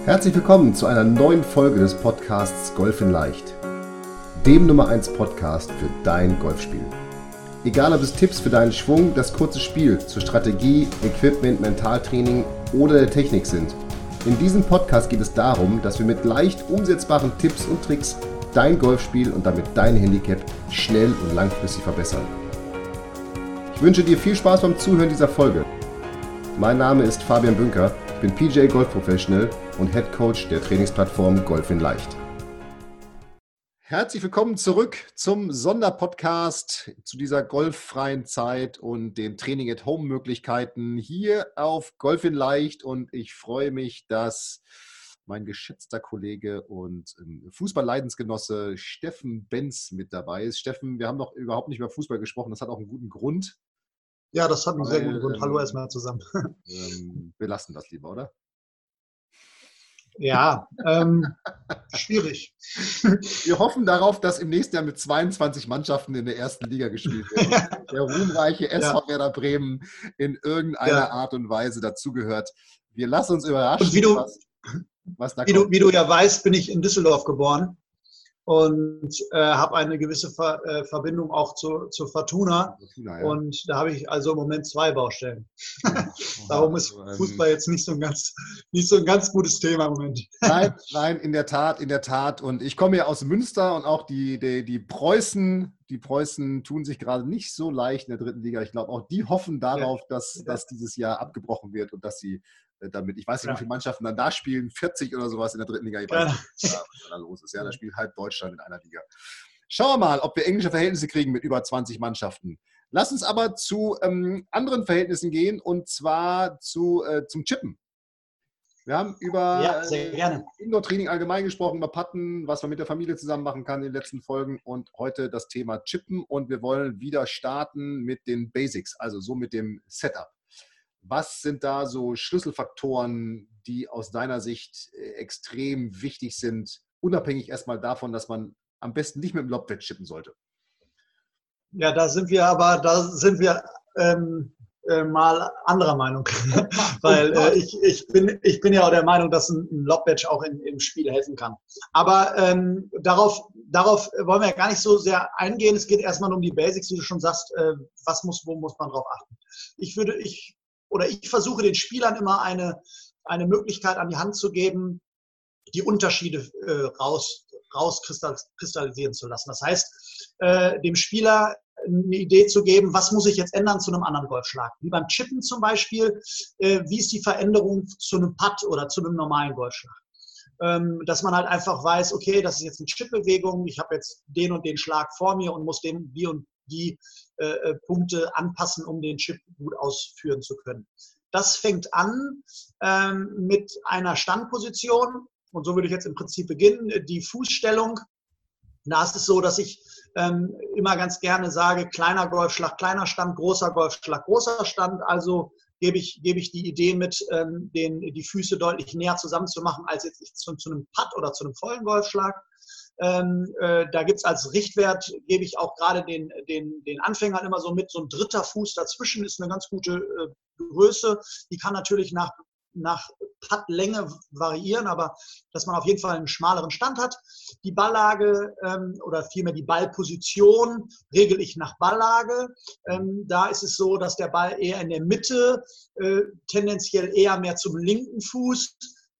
Herzlich willkommen zu einer neuen Folge des Podcasts Golf in Leicht, dem Nummer 1 Podcast für dein Golfspiel. Egal ob es Tipps für deinen Schwung, das kurze Spiel, zur Strategie, Equipment, Mentaltraining oder der Technik sind. In diesem Podcast geht es darum, dass wir mit leicht umsetzbaren Tipps und Tricks dein Golfspiel und damit dein Handicap schnell und langfristig verbessern. Ich wünsche dir viel Spaß beim Zuhören dieser Folge. Mein Name ist Fabian Bünker, ich bin PGA Golf Professional und Head Coach der Trainingsplattform Golf in Leicht. Herzlich willkommen zurück zum Sonderpodcast zu dieser golffreien Zeit und den Training-at-Home-Möglichkeiten hier auf Golf in Leicht. Und ich freue mich, dass mein geschätzter Kollege und Fußball-Leidensgenosse Steffen Benz mit dabei ist. Steffen, wir haben noch überhaupt nicht über Fußball gesprochen, das hat auch einen guten Grund. Ja, das hat einen sehr guten Grund. Hallo erstmal zusammen. Wir lassen das lieber, oder? Ja, schwierig. Wir hoffen darauf, dass im nächsten Jahr mit 22 Mannschaften in der ersten Liga gespielt wird. Der ruhmreiche SV Werder Bremen in irgendeiner Art und Weise dazugehört. Wir lassen uns überraschen, und was da kommt. Wie du ja weißt, bin ich in Düsseldorf geboren und habe eine gewisse Verbindung auch zur Fortuna. Ja. Und da habe ich also im Moment 2 Baustellen. Darum ist Fußball jetzt nicht so ein ganz gutes Thema im Moment. Nein, in der Tat. Und ich komme ja aus Münster und auch die Preußen tun sich gerade nicht so leicht in der dritten Liga. Ich glaube, auch die hoffen darauf, dass dieses Jahr abgebrochen wird und dass sie damit, ich weiß nicht, wie viele Mannschaften dann da spielen, 40 oder sowas in der dritten Liga. Ich weiß nicht, was da los ist. Ja, da spielt halb Deutschland in einer Liga. Schauen wir mal, ob wir englische Verhältnisse kriegen mit über 20 Mannschaften. Lass uns aber zu anderen Verhältnissen gehen und zwar zum Chippen. Wir haben über Indoor-Training allgemein gesprochen, über Putten, was man mit der Familie zusammen machen kann in den letzten Folgen und heute das Thema Chippen und wir wollen wieder starten mit den Basics, also so mit dem Setup. Was sind da so Schlüsselfaktoren, die aus deiner Sicht extrem wichtig sind, unabhängig erstmal davon, dass man am besten nicht mit dem Lobwedge chippen sollte? Ja, da sind wir mal anderer Meinung. Weil ich bin ja auch der Meinung, dass ein Lobwedge auch im Spiel helfen kann. Aber darauf wollen wir ja gar nicht so sehr eingehen. Es geht erstmal um die Basics, wie du schon sagst, wo muss man drauf achten. Ich versuche den Spielern immer eine Möglichkeit an die Hand zu geben, die Unterschiede rauskristallisieren zu lassen. Das heißt, dem Spieler eine Idee zu geben, was muss ich jetzt ändern zu einem anderen Golfschlag. Wie beim Chippen zum Beispiel, wie ist die Veränderung zu einem Putt oder zu einem normalen Golfschlag. Dass man halt einfach weiß, okay, das ist jetzt eine Chip-Bewegung, ich habe jetzt den und den Schlag vor mir und muss dem die und die Punkte anpassen, um den Chip gut ausführen zu können. Das fängt an mit einer Standposition und so würde ich jetzt im Prinzip beginnen, die Fußstellung. Da ist es so, dass ich immer ganz gerne sage, kleiner Golfschlag, kleiner Stand, großer Golfschlag, großer Stand. Also gebe ich die Idee mit, die Füße deutlich näher zusammen zu machen, als jetzt zu einem Putt oder zu einem vollen Golfschlag. Da gibt es als Richtwert, gebe ich auch gerade den Anfängern immer so mit, so ein dritter Fuß dazwischen ist eine ganz gute Größe. Die kann natürlich nach Puttlänge variieren, aber dass man auf jeden Fall einen schmaleren Stand hat. Die Balllage oder vielmehr die Ballposition regel ich nach Balllage. Da ist es so, dass der Ball eher in der Mitte, tendenziell eher mehr zum rechten Fuß,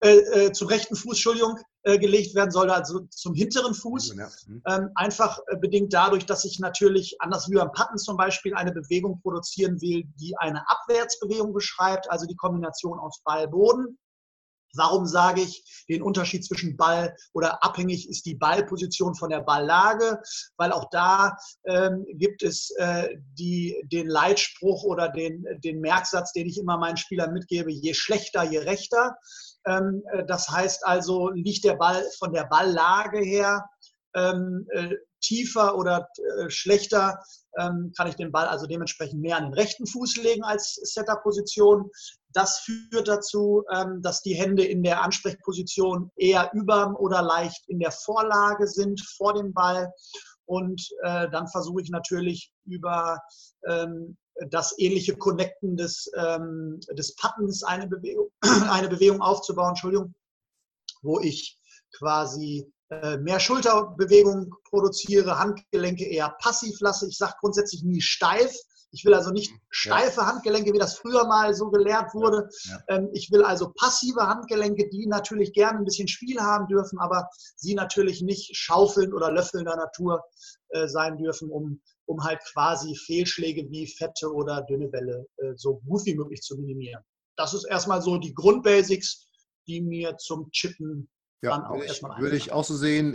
gelegt werden soll, also zum hinteren Fuß. Einfach bedingt dadurch, dass ich natürlich, anders wie beim Putten zum Beispiel, eine Bewegung produzieren will, die eine Abwärtsbewegung beschreibt, also die Kombination aus Ball-Boden. Warum sage ich den Unterschied zwischen Ball oder abhängig ist die Ballposition von der Balllage? Weil auch da gibt es den Leitspruch oder den Merksatz, den ich immer meinen Spielern mitgebe, je schlechter, je rechter. Das heißt also, liegt der Ball von der Balllage her tiefer oder schlechter, kann ich den Ball also dementsprechend mehr an den rechten Fuß legen als Setup-Position. Das führt dazu, dass die Hände in der Ansprechposition eher über oder leicht in der Vorlage sind vor dem Ball. Und dann versuche ich natürlich über das ähnliche Connecten des Puttens eine Bewegung aufzubauen. Entschuldigung. wo ich quasi mehr Schulterbewegung produziere, Handgelenke eher passiv lasse. Ich sage grundsätzlich nie steif. Ich will also nicht steife Handgelenke, wie das früher mal so gelehrt wurde. Ich will also passive Handgelenke, die natürlich gerne ein bisschen Spiel haben dürfen, aber sie natürlich nicht schaufeln oder löffelnder Natur sein dürfen, um halt quasi Fehlschläge wie fette oder dünne Bälle so gut wie möglich zu minimieren. Das ist erstmal so die Grundbasics, die mir zum Chippen dann auch erstmal einfallen. Würde ich auch so sehen.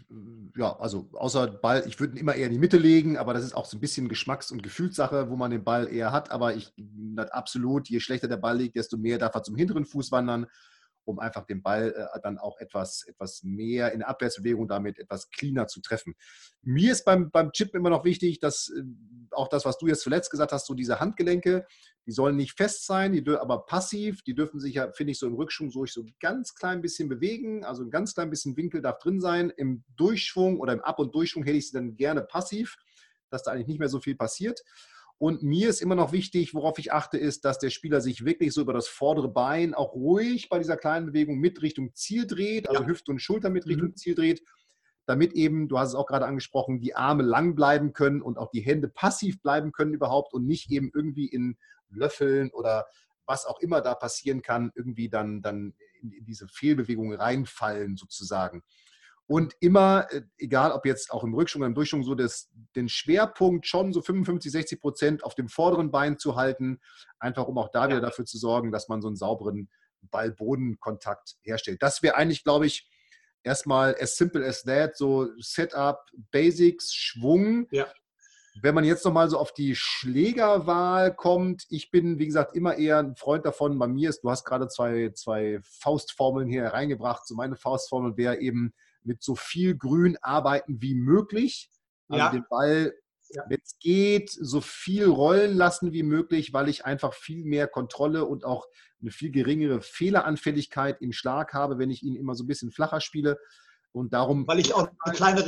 Also außer Ball, ich würde ihn immer eher in die Mitte legen, aber das ist auch so ein bisschen Geschmacks- und Gefühlssache, wo man den Ball eher hat. Aber absolut, je schlechter der Ball liegt, desto mehr darf er zum hinteren Fuß wandern, um einfach den Ball dann auch etwas mehr in der Abwärtsbewegung damit etwas cleaner zu treffen. Mir ist beim Chip immer noch wichtig, dass auch das, was du jetzt zuletzt gesagt hast, so diese Handgelenke, die sollen nicht fest sein, aber passiv, die dürfen sich ja, finde ich, so im Rückschwung so ein ganz klein bisschen bewegen, also ein ganz klein bisschen Winkel darf drin sein. Im Durchschwung oder im Ab- und Durchschwung hätte ich sie dann gerne passiv, dass da eigentlich nicht mehr so viel passiert. Und mir ist immer noch wichtig, worauf ich achte, ist, dass der Spieler sich wirklich so über das vordere Bein auch ruhig bei dieser kleinen Bewegung mit Richtung Ziel dreht, also Hüfte und Schulter mit Richtung Ziel dreht, damit eben, du hast es auch gerade angesprochen, die Arme lang bleiben können und auch die Hände passiv bleiben können überhaupt und nicht eben irgendwie in Löffeln oder was auch immer da passieren kann, irgendwie dann in diese Fehlbewegungen reinfallen sozusagen. Und immer, egal ob jetzt auch im Rückschwung oder im Durchschwung, so den Schwerpunkt schon so 55-60% auf dem vorderen Bein zu halten, einfach um auch da wieder dafür zu sorgen, dass man so einen sauberen Ball-Boden-Kontakt herstellt. Das wäre eigentlich, glaube ich, erstmal as simple as that, so Setup, Basics, Schwung. Ja. Wenn man jetzt nochmal so auf die Schlägerwahl kommt, ich bin, wie gesagt, immer eher ein Freund davon. Bei mir ist, du hast gerade zwei Faustformeln hier reingebracht. So meine Faustformel wäre eben mit so viel Grün arbeiten wie möglich. Also den Ball, wenn es geht, so viel rollen lassen wie möglich, weil ich einfach viel mehr Kontrolle und auch eine viel geringere Fehleranfälligkeit im Schlag habe, wenn ich ihn immer so ein bisschen flacher spiele. Und darum, weil ich auch eine kleinere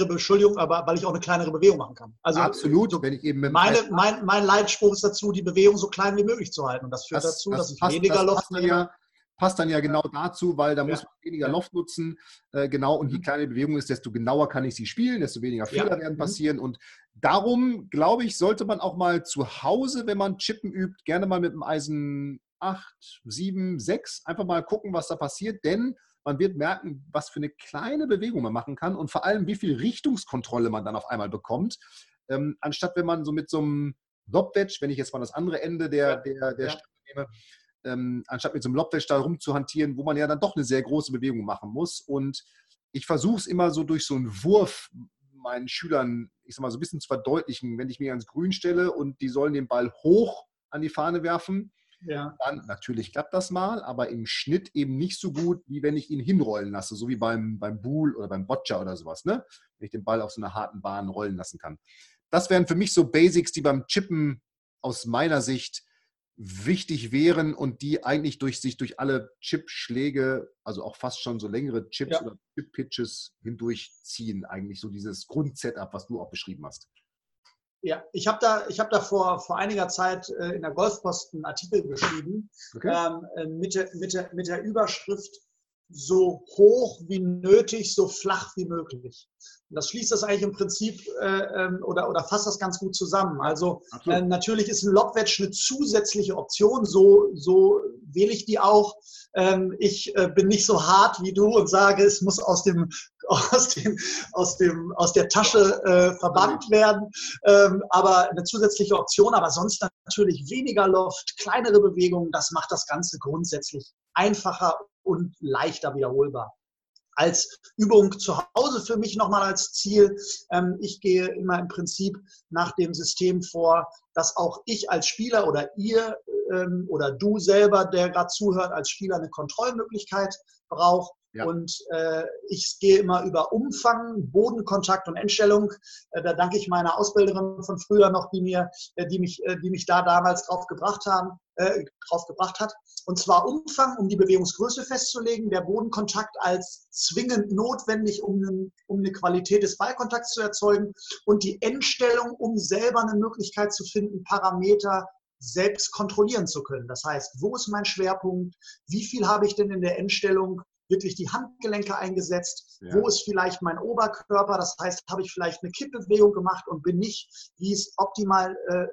Bewegung machen kann. Also absolut, so wenn ich eben mein Leitspruch ist dazu, die Bewegung so klein wie möglich zu halten. Und das führt dazu, dass ich weniger Luft nehme. Passt dann ja genau dazu, weil da muss man weniger Luft nutzen. Genau, und je kleiner die Bewegung ist, desto genauer kann ich sie spielen, desto weniger Fehler werden passieren. Und darum, glaube ich, sollte man auch mal zu Hause, wenn man Chippen übt, gerne mal mit dem Eisen 8, 7, 6 einfach mal gucken, was da passiert. Denn man wird merken, was für eine kleine Bewegung man machen kann und vor allem, wie viel Richtungskontrolle man dann auf einmal bekommt. Anstatt wenn man so mit so einem Lobwedge, wenn ich jetzt mal das andere Ende der Stange nehme, anstatt mit so einem Lobwedge da rumzuhantieren, wo man ja dann doch eine sehr große Bewegung machen muss. Und ich versuche es immer so durch so einen Wurf meinen Schülern, ich sag mal, so ein bisschen zu verdeutlichen, wenn ich mich ans Grün stelle und die sollen den Ball hoch an die Fahne werfen, dann natürlich klappt das mal, aber im Schnitt eben nicht so gut, wie wenn ich ihn hinrollen lasse, so wie beim Buhl oder beim Boccia oder sowas, ne? Wenn ich den Ball auf so einer harten Bahn rollen lassen kann. Das wären für mich so Basics, die beim Chippen aus meiner Sicht wichtig wären und die eigentlich sich durch alle Chip-Schläge, also auch fast schon so längere Chips oder Chip-Pitches hindurchziehen, eigentlich so dieses Grundsetup, was du auch beschrieben hast. Ja, ich hab da vor einiger Zeit in der Golfpost einen Artikel geschrieben, mit der Überschrift so hoch wie nötig, so flach wie möglich. Und das schließt das eigentlich im Prinzip oder fasst das ganz gut zusammen. Also natürlich ist ein Lobwedge eine zusätzliche Option, so wähle ich die auch. Ich bin nicht so hart wie du und sage, es muss aus der Tasche verbannt werden, aber eine zusätzliche Option, aber sonst natürlich weniger Loft, kleinere Bewegungen, das macht das Ganze grundsätzlich einfacher und leichter wiederholbar. Als Übung zu Hause für mich nochmal als Ziel. Ich gehe immer im Prinzip nach dem System vor, dass auch ich als Spieler oder ihr oder du selber, der gerade zuhört, als Spieler eine Kontrollmöglichkeit braucht. Und ich gehe immer über Umfang, Bodenkontakt und Endstellung. Da danke ich meiner Ausbilderin von früher noch, die mich da damals drauf gebracht hat. Und zwar Umfang, um die Bewegungsgröße festzulegen, der Bodenkontakt als zwingend notwendig, um eine Qualität des Ballkontakts zu erzeugen und die Endstellung, um selber eine Möglichkeit zu finden, Parameter selbst kontrollieren zu können. Das heißt, wo ist mein Schwerpunkt? Wie viel habe ich denn in der Endstellung wirklich die Handgelenke eingesetzt? Ja. Wo ist vielleicht mein Oberkörper? Das heißt, habe ich vielleicht eine Kippbewegung gemacht und bin nicht, wie es optimal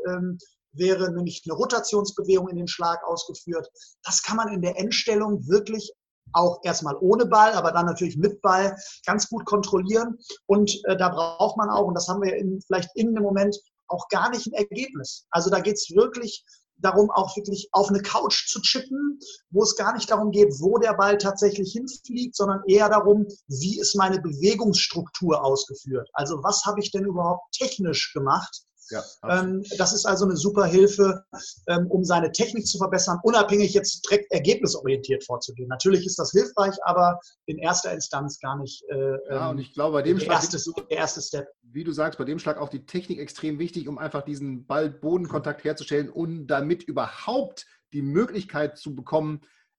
wäre, nämlich eine Rotationsbewegung in den Schlag ausgeführt. Das kann man in der Endstellung wirklich auch erstmal ohne Ball, aber dann natürlich mit Ball ganz gut kontrollieren. Und da braucht man auch, und das haben wir vielleicht in dem Moment, auch gar nicht ein Ergebnis. Also da geht es wirklich darum, auch wirklich auf eine Couch zu chippen, wo es gar nicht darum geht, wo der Ball tatsächlich hinfliegt, sondern eher darum, wie ist meine Bewegungsstruktur ausgeführt. Also was habe ich denn überhaupt technisch gemacht? Ja, das ist also eine super Hilfe, um seine Technik zu verbessern, unabhängig jetzt direkt ergebnisorientiert vorzugehen. Natürlich ist das hilfreich, aber in erster Instanz gar nicht und ich glaube, bei dem der erste Step. Wie du sagst, bei dem Schlag auch die Technik extrem wichtig, um einfach diesen Ball-Bodenkontakt herzustellen und damit überhaupt die Möglichkeit zu bekommen,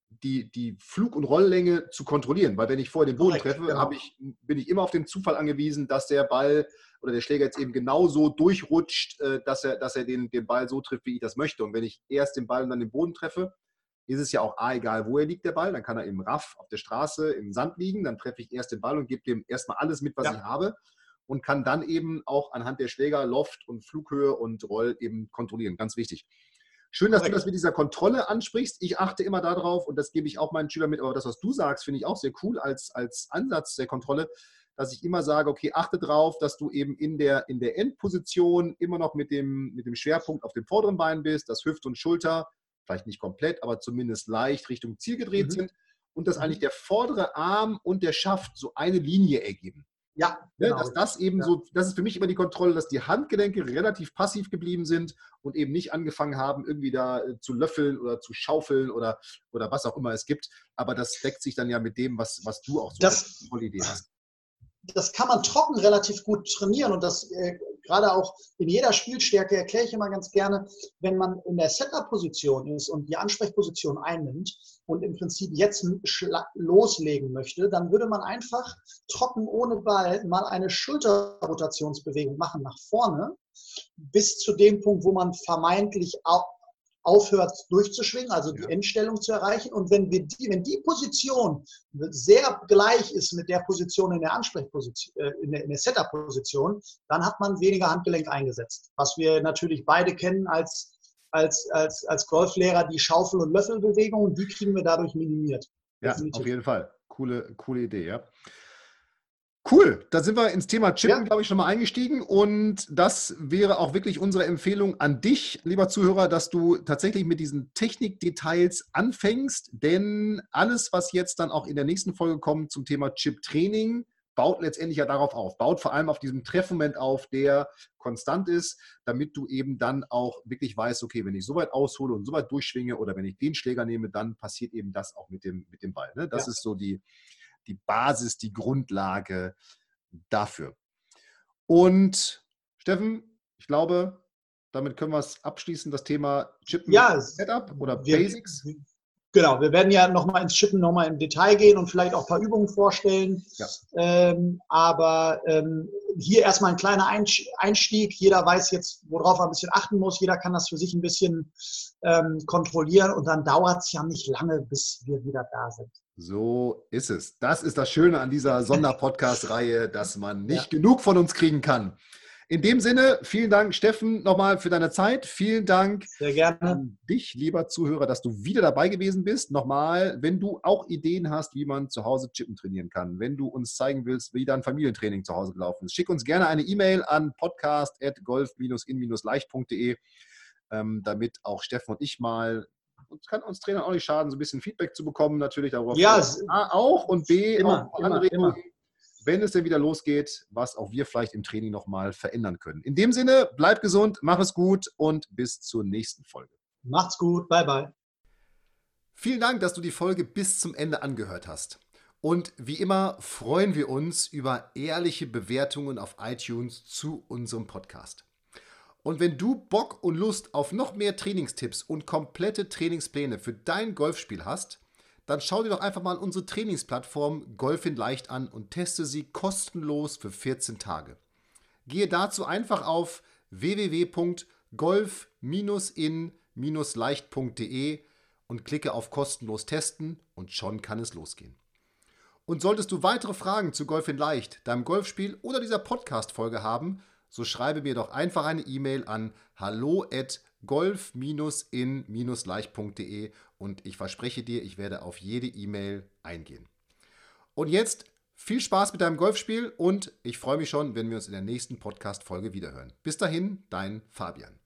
die Flug- und Rolllänge zu kontrollieren. Weil wenn ich vorher den Boden treffe, genau. bin ich immer auf den Zufall angewiesen, dass der Ball oder der Schläger jetzt eben genauso durchrutscht, dass er den Ball so trifft, wie ich das möchte. Und wenn ich erst den Ball und dann den Boden treffe, ist es ja auch egal, wo er liegt, der Ball. Dann kann er im Raff, auf der Straße, im Sand liegen. Dann treffe ich erst den Ball und gebe dem erstmal alles mit, was ich habe. Und kann dann eben auch anhand der Schläger, Loft und Flughöhe und Roll eben kontrollieren. Ganz wichtig. Schön, dass du das mit dieser Kontrolle ansprichst. Ich achte immer darauf, und das gebe ich auch meinen Schülern mit, aber das, was du sagst, finde ich auch sehr cool als Ansatz der Kontrolle, dass ich immer sage, okay, achte darauf, dass du eben in der Endposition immer noch mit dem Schwerpunkt auf dem vorderen Bein bist, dass Hüfte und Schulter, vielleicht nicht komplett, aber zumindest leicht Richtung Ziel gedreht sind und dass eigentlich der vordere Arm und der Schaft so eine Linie ergeben. Ja, genau. Dass das eben so, das ist für mich immer die Kontrolle, dass die Handgelenke relativ passiv geblieben sind und eben nicht angefangen haben, irgendwie da zu löffeln oder zu schaufeln oder was auch immer es gibt. Aber das deckt sich dann ja mit dem, was du auch so als tolle Idee hast. Das kann man trocken relativ gut trainieren und das gerade auch in jeder Spielstärke erkläre ich immer ganz gerne, wenn man in der Setup-Position ist und die Ansprechposition einnimmt und im Prinzip jetzt loslegen möchte, dann würde man einfach trocken ohne Ball mal eine Schulterrotationsbewegung machen nach vorne bis zu dem Punkt, wo man vermeintlich aufhört durchzuschwingen, also die Endstellung zu erreichen. Und wenn die Position sehr gleich ist mit der Position in der Ansprechposition, in der Setup-Position, dann hat man weniger Handgelenk eingesetzt. Was wir natürlich beide kennen als Golflehrer, die Schaufel- und Löffelbewegungen, die kriegen wir dadurch minimiert. Ja, definitiv. Auf jeden Fall. Coole Idee, ja. Cool, da sind wir ins Thema Chippen, glaube ich, schon mal eingestiegen und das wäre auch wirklich unsere Empfehlung an dich, lieber Zuhörer, dass du tatsächlich mit diesen Technikdetails anfängst, denn alles, was jetzt dann auch in der nächsten Folge kommt zum Thema Chip-Training, baut letztendlich ja darauf auf, baut vor allem auf diesem Treffmoment auf, der konstant ist, damit du eben dann auch wirklich weißt, okay, wenn ich so weit aushole und so weit durchschwinge oder wenn ich den Schläger nehme, dann passiert eben das auch mit dem Ball. Ne? Das ist so die Basis, die Grundlage dafür. Und Steffen, ich glaube, damit können wir es abschließen, das Thema Chippen Setup oder Basics. Genau, wir werden ja nochmal ins Chippen nochmal im Detail gehen und vielleicht auch ein paar Übungen vorstellen. Ja. Aber hier erstmal ein kleiner Einstieg. Jeder weiß jetzt, worauf er ein bisschen achten muss. Jeder kann das für sich ein bisschen kontrollieren und dann dauert es ja nicht lange, bis wir wieder da sind. So ist es. Das ist das Schöne an dieser Sonderpodcast-Reihe, dass man nicht genug von uns kriegen kann. In dem Sinne, vielen Dank, Steffen, nochmal für deine Zeit. Vielen Dank an dich, lieber Zuhörer, dass du wieder dabei gewesen bist. Nochmal, wenn du auch Ideen hast, wie man zu Hause Chippen trainieren kann, wenn du uns zeigen willst, wie dein Familientraining zu Hause gelaufen ist, schick uns gerne eine E-Mail an podcast@golf-in-leicht.de, damit auch Steffen und ich mal, uns kann uns Trainern auch nicht schaden, so ein bisschen Feedback zu bekommen, natürlich darüber. Ja, A auch und B immer, auch Anregungen. Wenn es denn wieder losgeht, was auch wir vielleicht im Training nochmal verändern können. In dem Sinne, bleib gesund, mach es gut und bis zur nächsten Folge. Macht's gut, bye bye. Vielen Dank, dass du die Folge bis zum Ende angehört hast. Und wie immer freuen wir uns über ehrliche Bewertungen auf iTunes zu unserem Podcast. Und wenn du Bock und Lust auf noch mehr Trainingstipps und komplette Trainingspläne für dein Golfspiel hast, dann schau dir doch einfach mal unsere Trainingsplattform Golf in Leicht an und teste sie kostenlos für 14 Tage. Gehe dazu einfach auf www.golf-in-leicht.de und klicke auf kostenlos testen und schon kann es losgehen. Und solltest du weitere Fragen zu Golf in Leicht, deinem Golfspiel oder dieser Podcast-Folge haben, so schreibe mir doch einfach eine E-Mail an hallo@golf-in-leicht.de und ich verspreche dir, ich werde auf jede E-Mail eingehen. Und jetzt viel Spaß mit deinem Golfspiel und ich freue mich schon, wenn wir uns in der nächsten Podcast-Folge wiederhören. Bis dahin, dein Fabian.